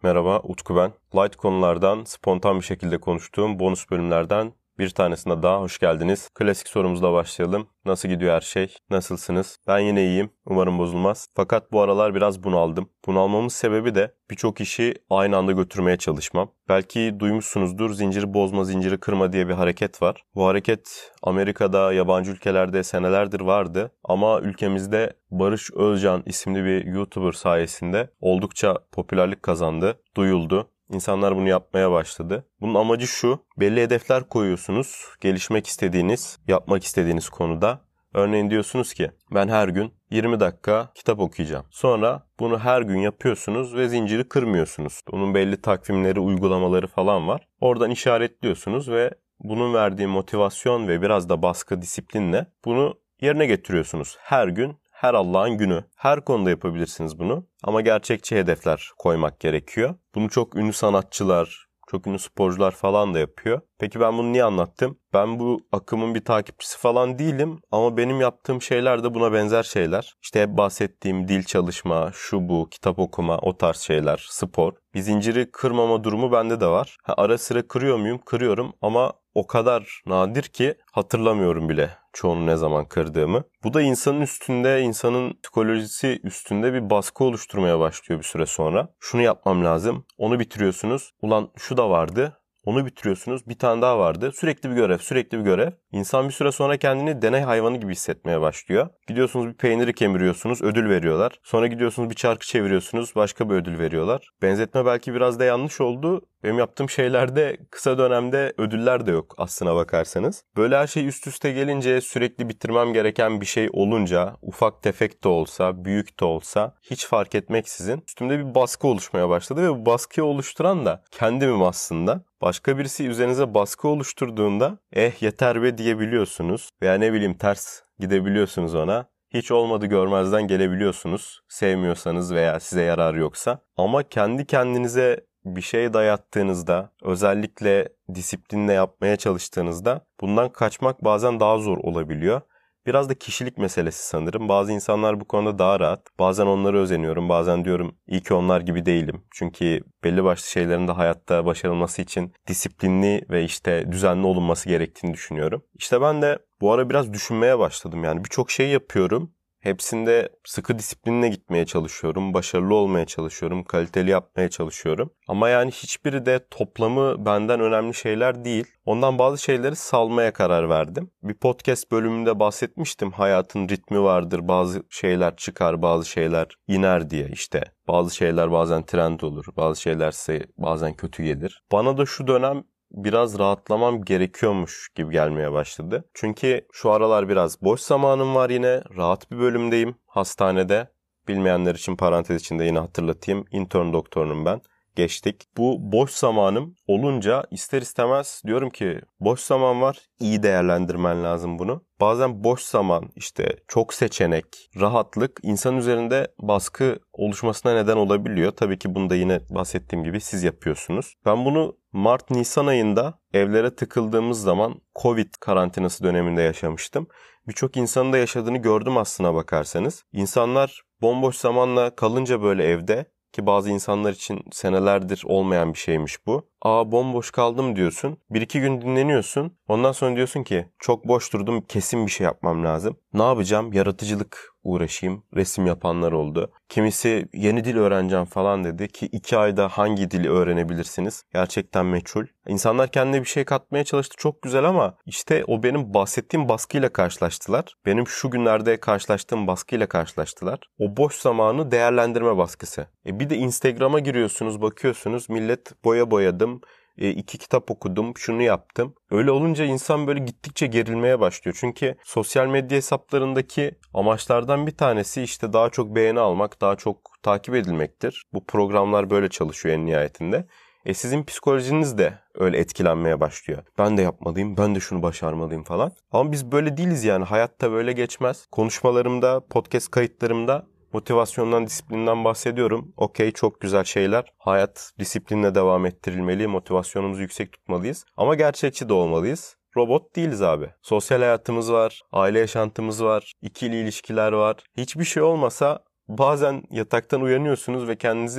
Merhaba, Utku ben. Light konulardan spontan bir şekilde konuştuğum bonus bölümlerden bir tanesine daha hoş geldiniz. Klasik sorumuzla başlayalım. Nasıl gidiyor her şey? Nasılsınız? Ben yine iyiyim. Umarım bozulmaz. Fakat bu aralar biraz bunaldım. Bunalmamın sebebi de birçok işi aynı anda götürmeye çalışmam. Belki duymuşsunuzdur, zinciri bozma, zinciri kırma diye bir hareket var. Bu hareket Amerika'da, yabancı ülkelerde senelerdir vardı. Ama ülkemizde Barış Özcan isimli bir YouTuber sayesinde oldukça popülerlik kazandı, duyuldu. İnsanlar bunu yapmaya başladı. Bunun amacı şu: belli hedefler koyuyorsunuz, gelişmek istediğiniz, yapmak istediğiniz konuda. Örneğin diyorsunuz ki ben her gün 20 dakika kitap okuyacağım. Sonra bunu her gün yapıyorsunuz ve zinciri kırmıyorsunuz. Bunun belli takvimleri, uygulamaları falan var. Oradan işaretliyorsunuz ve bunun verdiği motivasyon ve biraz da baskı, disiplinle bunu yerine getiriyorsunuz. Her gün, her Allah'ın günü. Her konuda yapabilirsiniz bunu. Ama gerçekçi hedefler koymak gerekiyor. Bunu çok ünlü sanatçılar, çok ünlü sporcular falan da yapıyor. Peki ben bunu niye anlattım? Ben bu akımın bir takipçisi falan değilim ama benim yaptığım şeyler de buna benzer şeyler. İşte hep bahsettiğim dil çalışma, şu bu, kitap okuma, o tarz şeyler, spor. Bir zinciri kırmama durumu bende de var. Ara sıra kırıyor muyum? Kırıyorum ama o kadar nadir ki hatırlamıyorum bile çoğunu ne zaman kırdığımı. Bu da insanın üstünde, insanın psikolojisi üstünde bir baskı oluşturmaya başlıyor bir süre sonra. Şunu yapmam lazım, onu bitiriyorsunuz. Ulan şu da vardı. Onu bitiriyorsunuz. Bir tane daha vardı. Sürekli bir görev, sürekli bir görev. İnsan bir süre sonra kendini deney hayvanı gibi hissetmeye başlıyor. Gidiyorsunuz bir peyniri kemiriyorsunuz, ödül veriyorlar. Sonra gidiyorsunuz bir çarkı çeviriyorsunuz, başka bir ödül veriyorlar. Benzetme belki biraz da yanlış oldu. Benim yaptığım şeylerde kısa dönemde ödüller de yok aslına bakarsanız. Böyle her şey üst üste gelince, sürekli bitirmem gereken bir şey olunca, ufak tefek de olsa, büyük de olsa hiç fark etmeksizin üstümde bir baskı oluşmaya başladı ve bu baskıyı oluşturan da kendimim aslında. Başka birisi üzerinize baskı oluşturduğunda yeter be diyebiliyorsunuz veya ne bileyim ters gidebiliyorsunuz ona. Hiç olmadı görmezden gelebiliyorsunuz sevmiyorsanız veya size yararı yoksa. Ama kendi kendinize bir şey dayattığınızda, özellikle disiplinle yapmaya çalıştığınızda bundan kaçmak bazen daha zor olabiliyor. Biraz da kişilik meselesi sanırım. Bazı insanlar bu konuda daha rahat. Bazen onlara özeniyorum. Bazen diyorum iyi ki onlar gibi değilim. Çünkü belli başlı şeylerin de hayatta başarılması için disiplinli ve işte düzenli olunması gerektiğini düşünüyorum. İşte ben de bu ara biraz düşünmeye başladım. Yani birçok şey yapıyorum. Hepsinde sıkı disiplinle gitmeye çalışıyorum, başarılı olmaya çalışıyorum, kaliteli yapmaya çalışıyorum. Ama yani hiçbiri de toplamı benden önemli şeyler değil. Ondan bazı şeyleri salmaya karar verdim. Bir podcast bölümünde bahsetmiştim. Hayatın ritmi vardır, bazı şeyler çıkar, bazı şeyler iner diye işte. Bazı şeyler bazen trend olur, bazı şeyler ise bazen kötü gelir. Bana da şu dönem biraz rahatlamam gerekiyormuş gibi gelmeye başladı. Çünkü şu aralar biraz boş zamanım var yine. Rahat bir bölümdeyim hastanede. Bilmeyenler için parantez içinde yine hatırlatayım. Intern doktorunum ben. Geçtik. Bu boş zamanım olunca ister istemez diyorum ki boş zaman var, iyi değerlendirmen lazım bunu. Bazen boş zaman, işte çok seçenek, rahatlık insan üzerinde baskı oluşmasına neden olabiliyor. Tabii ki bunu da yine bahsettiğim gibi siz yapıyorsunuz. Ben bunu Mart-Nisan ayında evlere tıkıldığımız zaman Covid karantinası döneminde yaşamıştım. Birçok insanın da yaşadığını gördüm aslına bakarsanız. İnsanlar bomboş zamanla kalınca böyle evde, ki bazı insanlar için senelerdir olmayan bir şeymiş bu. Bomboş kaldım diyorsun. Bir iki gün dinleniyorsun. Ondan sonra diyorsun ki çok boş durdum, kesin bir şey yapmam lazım. Ne yapacağım? Yaratıcılık uğraşayım. Resim yapanlar oldu. Kimisi yeni dil öğreneceğim falan dedi ki 2 ayda hangi dili öğrenebilirsiniz? Gerçekten meçhul. İnsanlar kendine bir şey katmaya çalıştı. Çok güzel ama işte o benim bahsettiğim baskıyla karşılaştılar. Benim şu günlerde karşılaştığım baskıyla karşılaştılar. O boş zamanı değerlendirme baskısı. Bir de Instagram'a giriyorsunuz, bakıyorsunuz millet boyadım. 2 kitap okudum, şunu yaptım. Öyle olunca insan böyle gittikçe gerilmeye başlıyor. Çünkü sosyal medya hesaplarındaki amaçlardan bir tanesi işte daha çok beğeni almak, daha çok takip edilmektir. Bu programlar böyle çalışıyor en nihayetinde. Sizin psikolojiniz de öyle etkilenmeye başlıyor. Ben de yapmalıyım, ben de şunu başarmalıyım falan. Ama biz böyle değiliz yani. Hayatta böyle geçmez. Konuşmalarımda, podcast kayıtlarımda motivasyondan, disiplinden bahsediyorum. Okey, çok güzel şeyler. Hayat disiplinle devam ettirilmeli. Motivasyonumuzu yüksek tutmalıyız. Ama gerçekçi de olmalıyız. Robot değiliz abi. Sosyal hayatımız var, aile yaşantımız var, ikili ilişkiler var. Hiçbir şey olmasa bazen yataktan uyanıyorsunuz ve kendinizi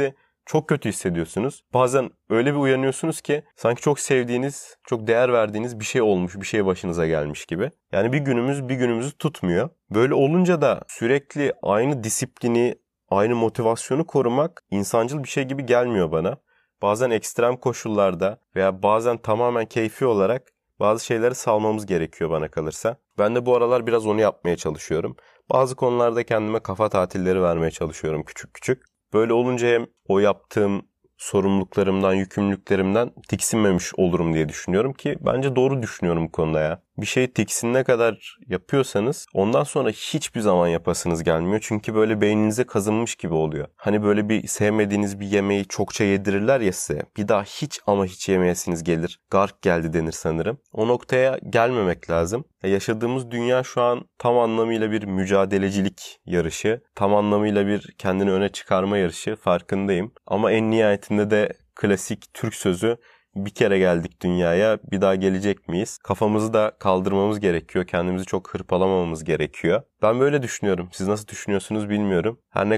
çok kötü hissediyorsunuz. Bazen öyle bir uyanıyorsunuz ki sanki çok sevdiğiniz, çok değer verdiğiniz bir şey olmuş, bir şey başınıza gelmiş gibi. Yani bir günümüz bir günümüzü tutmuyor. Böyle olunca da sürekli aynı disiplini, aynı motivasyonu korumak insancıl bir şey gibi gelmiyor bana. Bazen ekstrem koşullarda veya bazen tamamen keyfi olarak bazı şeyleri salmamız gerekiyor bana kalırsa. Ben de bu aralar biraz onu yapmaya çalışıyorum. Bazı konularda kendime kafa tatilleri vermeye çalışıyorum küçük küçük. Böyle olunca hem o yaptığım sorumluluklarımdan, yükümlülüklerimden tiksinmemiş olurum diye düşünüyorum ki bence doğru düşünüyorum bu konuda ya. Bir şeyi tiksinene kadar yapıyorsanız ondan sonra hiçbir zaman yapasınız gelmiyor. Çünkü böyle beyninize kazınmış gibi oluyor. Hani böyle bir sevmediğiniz bir yemeği çokça yedirirler ya size. Bir daha hiç ama hiç yemeyesiniz gelir. Gark geldi denir sanırım. O noktaya gelmemek lazım. Yaşadığımız dünya şu an tam anlamıyla bir mücadelecilik yarışı. Tam anlamıyla bir kendini öne çıkarma yarışı, farkındayım. Ama en nihayetinde de klasik Türk sözü, bir kere geldik dünyaya, bir daha gelecek miyiz? Kafamızı da kaldırmamız gerekiyor. Kendimizi çok hırpalamamamız gerekiyor. Ben böyle düşünüyorum. Siz nasıl düşünüyorsunuz bilmiyorum. Her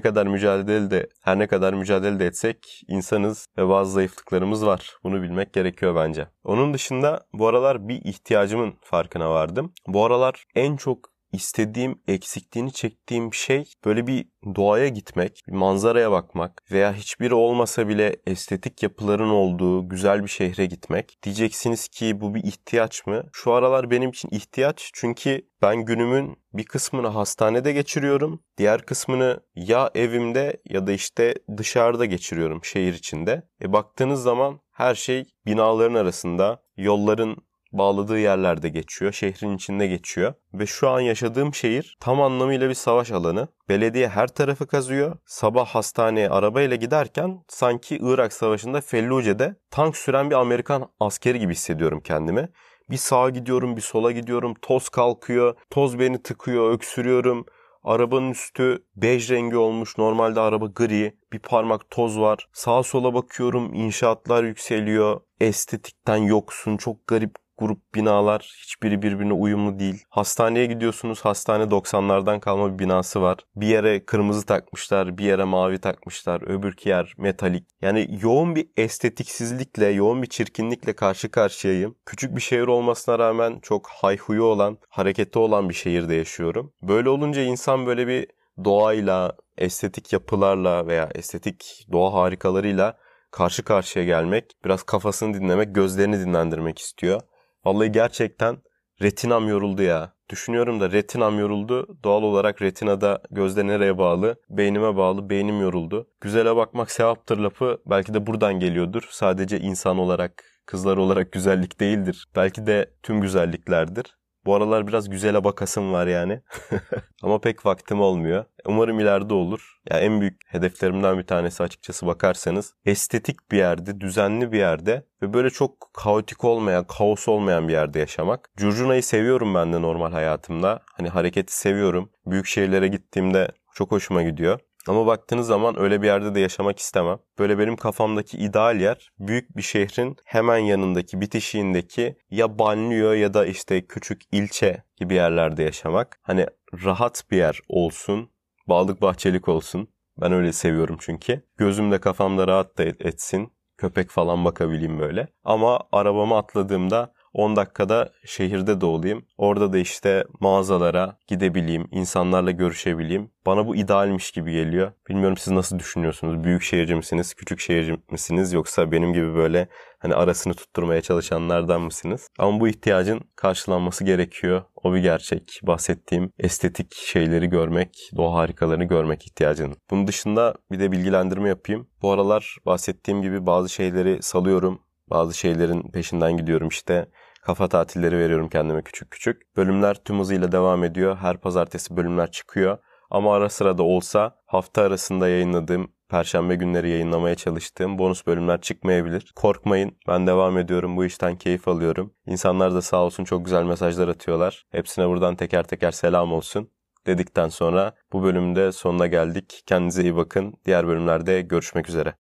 ne kadar mücadele de etsek insanız ve bazı zayıflıklarımız var. Bunu bilmek gerekiyor bence. Onun dışında bu aralar bir ihtiyacımın farkına vardım. Bu aralar en çok istediğim, eksikliğini çektiğim şey böyle bir doğaya gitmek, bir manzaraya bakmak veya hiçbiri olmasa bile estetik yapıların olduğu güzel bir şehre gitmek. Diyeceksiniz ki bu bir ihtiyaç mı? Şu aralar benim için ihtiyaç, çünkü ben günümün bir kısmını hastanede geçiriyorum. Diğer kısmını ya evimde ya da işte dışarıda geçiriyorum, şehir içinde. Baktığınız zaman her şey binaların arasında, yolların bağladığı yerlerde geçiyor, şehrin içinde geçiyor. Ve şu an yaşadığım şehir tam anlamıyla bir savaş alanı. Belediye her tarafı kazıyor. Sabah hastaneye arabayla giderken sanki Irak Savaşı'nda Felluce'de tank süren bir Amerikan askeri gibi hissediyorum kendimi. Bir sağa gidiyorum, bir sola gidiyorum, toz kalkıyor, toz beni tıkıyor, öksürüyorum. Arabanın üstü bej rengi olmuş, normalde araba gri, bir parmak toz var. Sağa sola bakıyorum, inşaatlar yükseliyor, estetikten yoksun, çok garip grup binalar, hiçbiri birbirine uyumlu değil. Hastaneye gidiyorsunuz, hastane 90'lardan kalma bir binası var. Bir yere kırmızı takmışlar, bir yere mavi takmışlar, öbürki yer metalik. Yani yoğun bir estetiksizlikle, yoğun bir çirkinlikle karşı karşıyayım. Küçük bir şehir olmasına rağmen çok hayhuyu olan, hareketi olan bir şehirde yaşıyorum. Böyle olunca insan böyle bir doğayla, estetik yapılarla veya estetik doğa harikalarıyla karşı karşıya gelmek, biraz kafasını dinlemek, gözlerini dinlendirmek istiyor. Vallahi gerçekten retinam yoruldu ya. Düşünüyorum da retinam yoruldu. Doğal olarak retinada gözde nereye bağlı? Beynime bağlı. Beynim yoruldu. Güzele bakmak sevaptır lafı belki de buradan geliyordur. Sadece insan olarak, kızlar olarak güzellik değildir. Belki de tüm güzelliklerdir. Bu aralar biraz güzele bakasım var yani. Ama pek vaktim olmuyor. Umarım ileride olur. Ya en büyük hedeflerimden bir tanesi, açıkçası bakarsanız, estetik bir yerde, düzenli bir yerde ve böyle çok kaotik olmayan, kaos olmayan bir yerde yaşamak. Curcunayı seviyorum ben de normal hayatımda. Hani hareketi seviyorum. Büyük şehirlere gittiğimde çok hoşuma gidiyor. Ama baktığınız zaman öyle bir yerde de yaşamak istemem. Böyle benim kafamdaki ideal yer büyük bir şehrin hemen yanındaki, bitişiğindeki ya banliyö ya da işte küçük ilçe gibi yerlerde yaşamak. Hani rahat bir yer olsun, bağlık bahçelik olsun. Ben öyle seviyorum çünkü. Gözümde kafamda rahat da etsin. Köpek falan bakabileyim böyle. Ama arabama atladığımda 10 dakikada şehirde de olayım. Orada da işte mağazalara gidebileyim, insanlarla görüşebileyim. Bana bu idealmiş gibi geliyor. Bilmiyorum siz nasıl düşünüyorsunuz? Büyük şehirci misiniz, küçük şehirci misiniz? Yoksa benim gibi böyle hani arasını tutturmaya çalışanlardan mısınız? Ama bu ihtiyacın karşılanması gerekiyor. O bir gerçek. Bahsettiğim estetik şeyleri görmek, doğa harikalarını görmek ihtiyacının. Bunun dışında bir de bilgilendirme yapayım. Bu aralar bahsettiğim gibi bazı şeyleri salıyorum. Bazı şeylerin peşinden gidiyorum işte. Kafa tatilleri veriyorum kendime küçük küçük. Bölümler tüm hızıyla devam ediyor. Her pazartesi bölümler çıkıyor. Ama ara sıra da olsa hafta arasında yayınladığım, perşembe günleri yayınlamaya çalıştığım bonus bölümler çıkmayabilir. Korkmayın, ben devam ediyorum. Bu işten keyif alıyorum. İnsanlar da sağ olsun çok güzel mesajlar atıyorlar. Hepsine buradan teker teker selam olsun dedikten sonra bu bölümde sonuna geldik. Kendinize iyi bakın. Diğer bölümlerde görüşmek üzere.